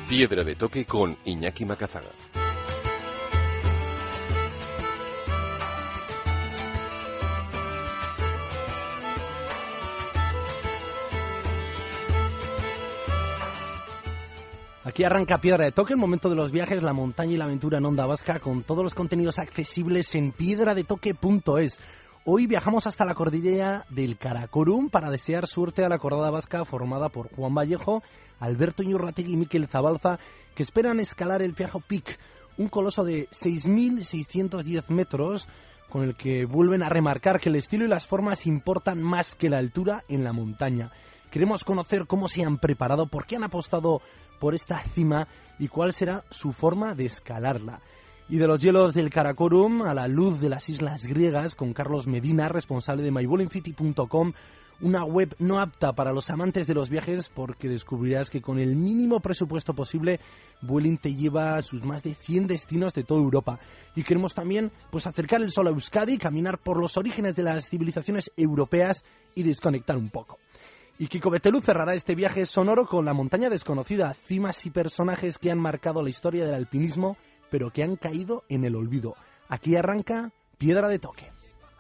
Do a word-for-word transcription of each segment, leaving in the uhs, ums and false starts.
Piedra de Toque con Iñaki Macazaga. Aquí arranca Piedra de Toque, el momento de los viajes, la montaña y la aventura en Onda Vasca, con todos los contenidos accesibles en piedra de toque punto es. Hoy viajamos hasta la cordillera del Karakorum para desear suerte a la cordada vasca formada por Juan Vallejo, Alberto Iñurrategui y Mikel Zabalza, que esperan escalar el Piajo Peak, un coloso de seis mil seiscientos diez metros, con el que vuelven a remarcar que el estilo y las formas importan más que la altura en la montaña. Queremos conocer cómo se han preparado, por qué han apostado por esta cima y cuál será su forma de escalarla. Y de los hielos del Karakorum a la luz de las islas griegas, con Carlos Medina, responsable de my vueling city punto com, una web no apta para los amantes de los viajes, porque descubrirás que con el mínimo presupuesto posible Vueling te lleva a sus más de cien destinos de toda Europa. Y queremos también pues acercar el sol a Euskadi, caminar por los orígenes de las civilizaciones europeas y desconectar un poco. Y Kiko Betelú cerrará este viaje sonoro con La montaña desconocida, cimas y personajes que han marcado la historia del alpinismo, pero que han caído en el olvido. Aquí arranca Piedra de Toque.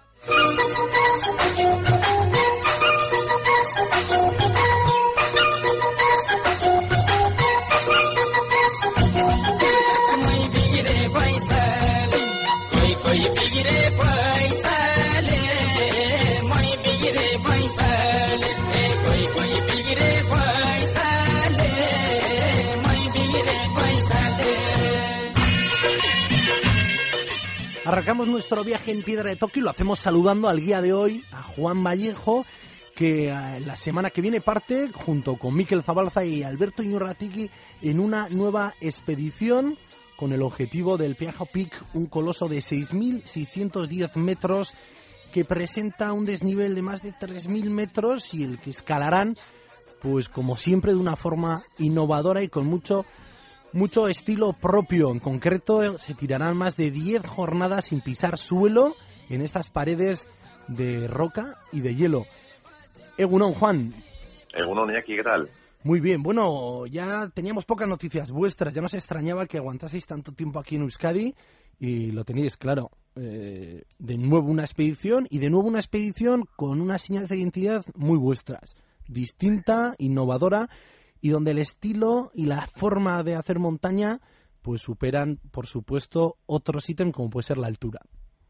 Arrancamos nuestro viaje en Piedra de Toque y lo hacemos saludando al guía de hoy, a Juan Vallejo, que eh, la semana que viene parte, junto con Mikel Zabalza y Alberto Iñurrategui, en una nueva expedición con el objetivo del Piajo Peak, un coloso de seis mil seiscientos diez metros que presenta un desnivel de más de tres mil metros y el que escalarán, pues como siempre, de una forma innovadora y con mucho... mucho estilo propio. En concreto, se tirarán más de diez jornadas sin pisar suelo en estas paredes de roca y de hielo. Egunon, Juan. Egunon, Iñaki, ¿qué tal? Muy bien. Bueno, ya teníamos pocas noticias vuestras. Ya nos extrañaba que aguantaseis tanto tiempo aquí en Euskadi y lo teníais claro. Eh, de nuevo una expedición y de nuevo una expedición con unas señales de identidad muy vuestras. Distinta, innovadora, y donde el estilo y la forma de hacer montaña pues superan, por supuesto, otros ítems como puede ser la altura.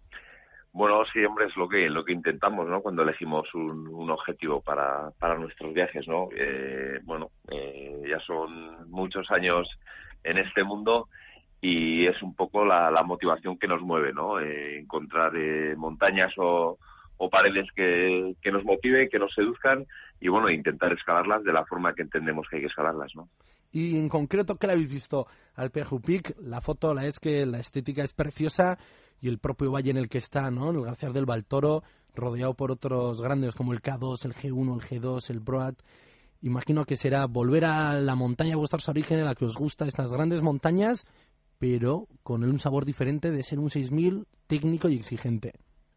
Bueno, sí, hombre, es lo que lo que intentamos, ¿no? Cuando elegimos un, un objetivo para, para nuestros viajes, ¿no? Eh, bueno, eh, ya son muchos años en este mundo y es un poco la, la motivación que nos mueve, ¿no? Eh, encontrar eh, montañas o o paredes que, que nos motiven, que nos seduzcan y, bueno, intentar escalarlas de la forma que entendemos que hay que escalarlas, ¿no? Y en concreto, ¿qué le habéis visto al Piajo Peak? La foto, la es que la estética es preciosa y el propio valle en el que está, ¿no? En el Glaciar del Baltoro, rodeado por otros grandes como el K dos, el G uno, el G dos, el Broad. Imagino que será volver a la montaña, a vuestros orígenes, a la que os gusta estas grandes montañas, pero con un sabor diferente de ser un seis mil técnico y exigente.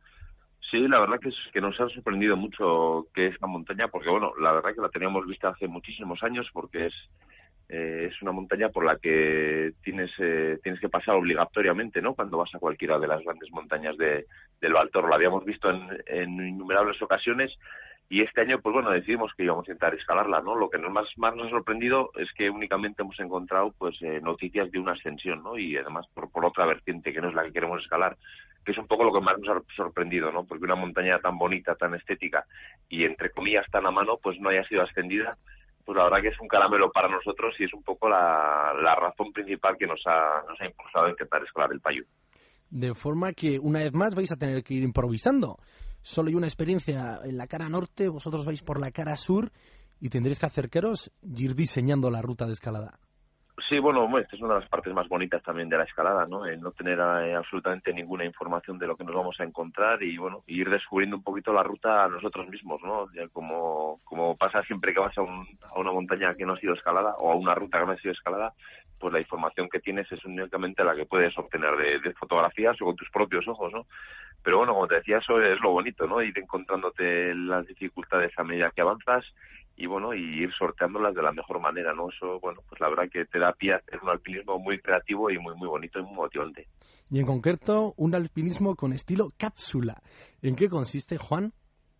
Sí, la verdad que es que nos ha sorprendido mucho que esta montaña, porque bueno, la verdad que la teníamos vista hace muchísimos años, porque es eh, es una montaña por la que tienes eh, tienes que pasar obligatoriamente, ¿no? Cuando vas a cualquiera de las grandes montañas de del Baltoro. La habíamos visto en, en innumerables ocasiones y este año, pues bueno, decidimos que íbamos a intentar escalarla, ¿no? Lo que nos más más nos ha sorprendido es que únicamente hemos encontrado pues eh, noticias de una ascensión, ¿no? Y además por por otra vertiente que no es la que queremos escalar, que es un poco lo que más nos ha sorprendido, ¿no? Porque una montaña tan bonita, tan estética y, entre comillas, tan a mano, pues no haya sido ascendida, pues la verdad que es un caramelo para nosotros y es un poco la, la razón principal que nos ha, nos ha impulsado a intentar escalar el Payú. De forma que, una vez más, vais a tener que ir improvisando. Solo hay una experiencia en la cara norte, vosotros vais por la cara sur y tendréis que acercaros y ir diseñando la ruta de escalada. Sí, bueno, esta es una de las partes más bonitas también de la escalada, ¿no? El no tener eh, absolutamente ninguna información de lo que nos vamos a encontrar y, bueno, ir descubriendo un poquito la ruta a nosotros mismos, ¿no? Ya como, como pasa siempre que vas a, un, a una montaña que no ha sido escalada o a una ruta que no ha sido escalada, pues la información que tienes es únicamente la que puedes obtener de, de fotografías o con tus propios ojos, ¿no? Pero bueno, como te decía, eso es lo bonito, ¿no? Ir encontrándote las dificultades a medida que avanzas y bueno, y ir sorteándolas de la mejor manera, ¿no? Eso, bueno, pues la verdad que te da pie a hacer un alpinismo muy creativo y muy muy bonito y muy motivante. Y en concreto, un alpinismo con estilo cápsula. ¿En qué consiste, Juan?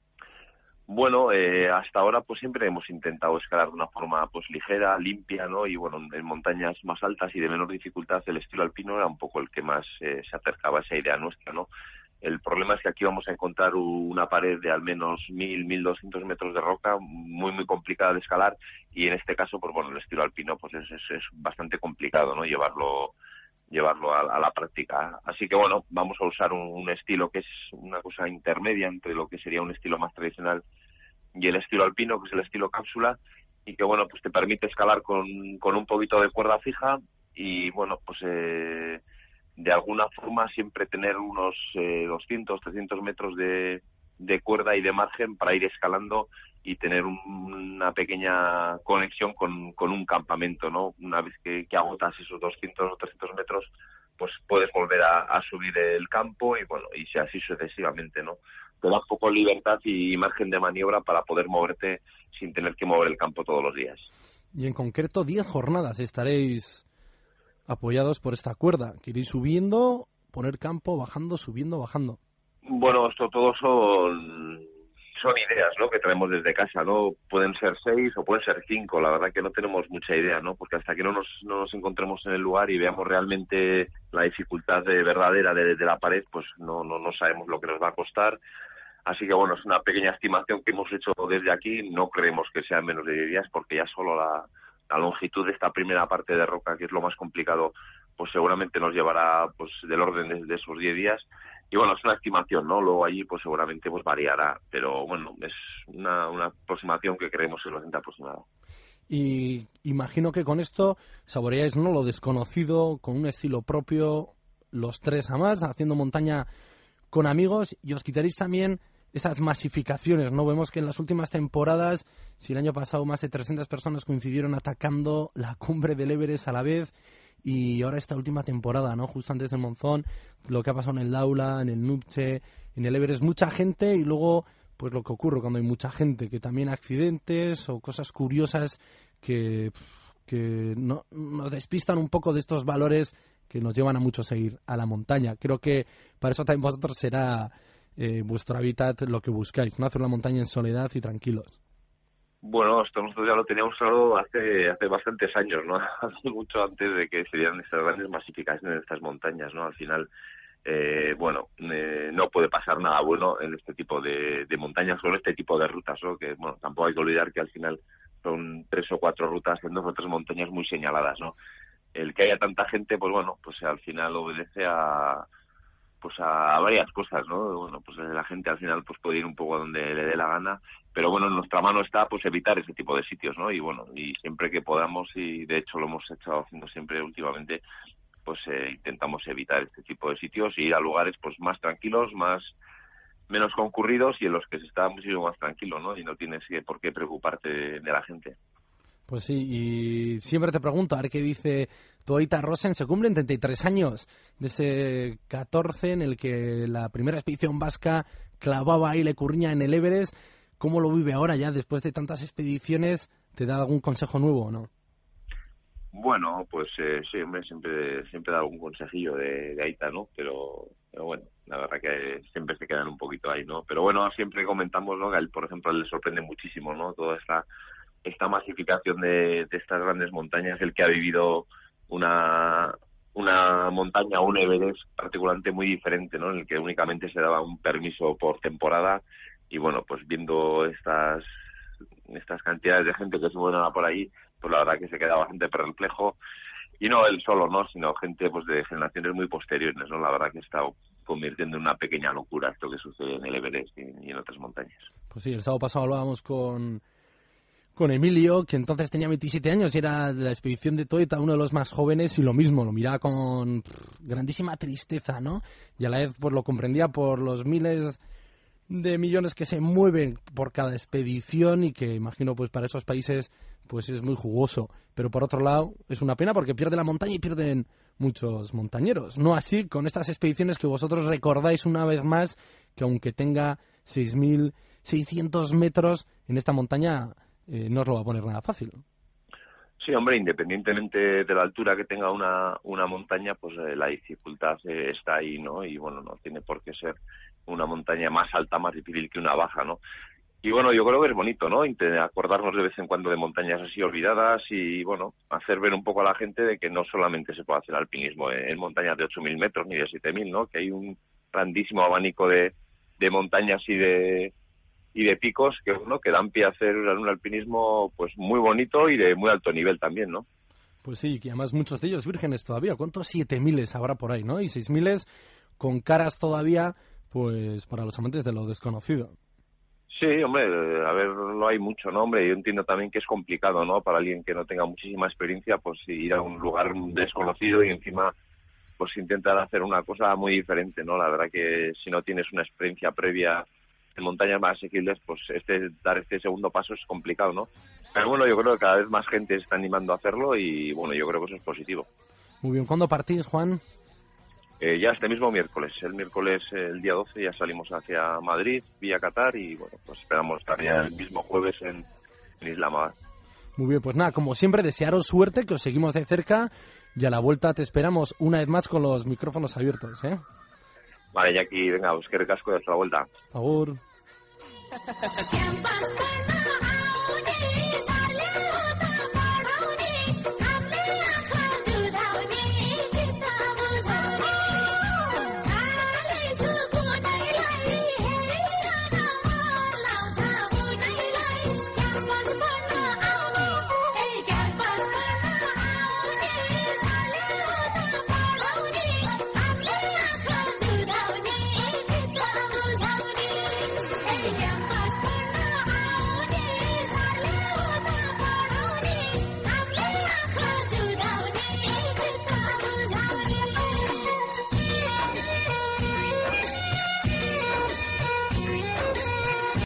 Bueno, eh, hasta ahora pues siempre hemos intentado escalar de una forma pues ligera, limpia, ¿no? Y bueno, en montañas más altas y de menor dificultad el estilo alpino era un poco el que más eh, se acercaba a esa idea nuestra, ¿no? El problema es que aquí vamos a encontrar una pared de al menos mil, mil doscientos metros de roca, muy, muy complicada de escalar, y en este caso, pues bueno, el estilo alpino pues es, es, es bastante complicado, ¿no? Llevarlo llevarlo a, a la práctica. Así que bueno, vamos a usar un, un estilo que es una cosa intermedia entre lo que sería un estilo más tradicional y el estilo alpino, que es el estilo cápsula, y que bueno, pues te permite escalar con, con un poquito de cuerda fija y bueno, pues eh, de alguna forma siempre tener unos eh, doscientos, trescientos metros de, de cuerda y de margen para ir escalando y tener un, una pequeña conexión con, con un campamento, ¿no? Una vez que, que agotas esos doscientos o trescientos metros, pues puedes volver a, a subir el campo y bueno, y así sucesivamente, ¿no? Te da un poco libertad y margen de maniobra para poder moverte sin tener que mover el campo todos los días. Y en concreto, diez jornadas estaréis apoyados por esta cuerda, que iréis subiendo, poner campo, bajando, subiendo, bajando. Bueno, esto todo son son ideas, ¿no?, que traemos desde casa, ¿no? Pueden ser seis o pueden ser cinco, la verdad que no tenemos mucha idea, ¿no? Porque hasta que no nos, no nos encontremos en el lugar y veamos realmente la dificultad de verdadera de, de la pared, pues no, no, no sabemos lo que nos va a costar. Así que bueno, es una pequeña estimación que hemos hecho desde aquí, no creemos que sea menos de diez días, porque ya solo la, la longitud de esta primera parte de roca, que es lo más complicado, pues seguramente nos llevará pues del orden de, de esos diez días. Y bueno, es una estimación, ¿no? Luego allí pues seguramente pues variará, pero bueno, es una, una aproximación que creemos es bastante aproximada. Y imagino que con esto saboreáis, ¿no?, lo desconocido, con un estilo propio, los tres a más, haciendo montaña con amigos, y os quitaréis también esas masificaciones, ¿no? Vemos que en las últimas temporadas, si el año pasado más de trescientas personas coincidieron atacando la cumbre del Everest a la vez, y ahora esta última temporada, ¿no?, justo antes del monzón, lo que ha pasado en el Daula, en el Nuptse, en el Everest, mucha gente, y luego pues lo que ocurre cuando hay mucha gente, que también accidentes o cosas curiosas que, que no, nos despistan un poco de estos valores que nos llevan a muchos a ir a la montaña. Creo que para eso también vosotros será eh, vuestro hábitat lo que buscáis, ¿no?, hacer la montaña en soledad y tranquilos. Bueno, esto nosotros ya lo teníamos claro hace hace bastantes años, ¿no? Hace mucho antes de que se dieran estas grandes masificaciones en estas montañas, ¿no? Al final, eh, bueno, eh, no puede pasar nada bueno en este tipo de, de montañas o en este tipo de rutas, ¿no? Que, bueno, tampoco hay que olvidar que al final son tres o cuatro rutas en dos o tres montañas muy señaladas, ¿no? El que haya tanta gente, pues bueno, pues al final obedece a pues a, a varias cosas, ¿no? Bueno, pues la gente al final pues puede ir un poco a donde le dé la gana, pero bueno, en nuestra mano está pues evitar ese tipo de sitios, ¿no? Y bueno, y siempre que podamos, y de hecho lo hemos estado haciendo siempre últimamente, pues eh, intentamos evitar este tipo de sitios y ir a lugares pues más tranquilos, más menos concurridos y en los que se está muchísimo más tranquilo, ¿no? Y no tienes que, por qué preocuparte de, de la gente. Pues sí, y siempre te pregunto, a ver qué dice Toita Rosen, se cumplen treinta y tres años de ese catorce en el que la primera expedición vasca clavaba ahí Lecurriña en el Everest. ¿Cómo lo vive ahora ya después de tantas expediciones? ¿Te da algún consejo nuevo o no? Bueno, pues eh, sí, hombre, siempre, siempre da algún consejillo de, de Aita, ¿no? Pero, pero bueno, la verdad que siempre se quedan un poquito ahí, ¿no? Pero bueno, siempre comentamos, ¿no?, que a él, por ejemplo, le sorprende muchísimo, ¿no?, toda esta esta masificación de, de estas grandes montañas, el que ha vivido una una montaña, un Everest particularmente muy diferente, ¿no?, en el que únicamente se daba un permiso por temporada y bueno, pues viendo estas estas cantidades de gente que se mueven por ahí, pues la verdad que se queda bastante perplejo, y no él solo, ¿no?, sino gente pues de generaciones muy posteriores, ¿no? La verdad que está convirtiendo en una pequeña locura esto que sucede en el Everest y, y en otras montañas. Pues sí, el sábado pasado hablábamos con con Emilio, que entonces tenía veintisiete años y era de la expedición de Toita, uno de los más jóvenes, y lo mismo, lo miraba con pff, grandísima tristeza, ¿no? Y a la vez pues lo comprendía por los miles de millones que se mueven por cada expedición y que imagino pues para esos países pues es muy jugoso. Pero por otro lado es una pena porque pierde la montaña y pierden muchos montañeros. No así con estas expediciones que vosotros recordáis una vez más que aunque tenga seis mil seiscientos metros en esta montaña eh, no os lo va a poner nada fácil. Sí, hombre, independientemente de la altura que tenga una, una montaña, pues eh, la dificultad eh, está ahí, ¿no? Y bueno, no tiene por qué ser una montaña más alta, más difícil que una baja, ¿no? Y bueno, yo creo que es bonito, ¿no? Acordarnos de vez en cuando de montañas así olvidadas y, bueno, hacer ver un poco a la gente de que no solamente se puede hacer alpinismo en montañas de ocho mil metros ni de siete mil, ¿no? Que hay un grandísimo abanico de, de montañas y de y de picos que uno que dan pie a hacer un alpinismo pues muy bonito y de muy alto nivel también, ¿no? Pues sí, que además muchos de ellos vírgenes todavía. ¿Cuántos siete miles habrá por ahí, no? Y seis miles con caras todavía, pues para los amantes de lo desconocido. Sí, hombre, a ver, no hay mucho, ¿no? Hombre, yo entiendo también que es complicado, ¿no? Para alguien que no tenga muchísima experiencia, pues ir a un lugar desconocido y encima pues intentar hacer una cosa muy diferente, ¿no? La verdad que si no tienes una experiencia previa en montañas más asequibles, pues este dar este segundo paso es complicado, ¿no? Pero bueno, yo creo que cada vez más gente se está animando a hacerlo y bueno, yo creo que eso es positivo. Muy bien, ¿cuándo partís, Juan? Eh, ya este mismo miércoles, el miércoles, el día doce, ya salimos hacia Madrid, vía Qatar y bueno, pues esperamos estar ya el mismo jueves en, en Islamabad. Muy bien, pues nada, como siempre, desearos suerte, que os seguimos de cerca y a la vuelta te esperamos una vez más con los micrófonos abiertos, ¿eh? Vale, Jackie, venga, os que recasco y hasta la vuelta. Por favor.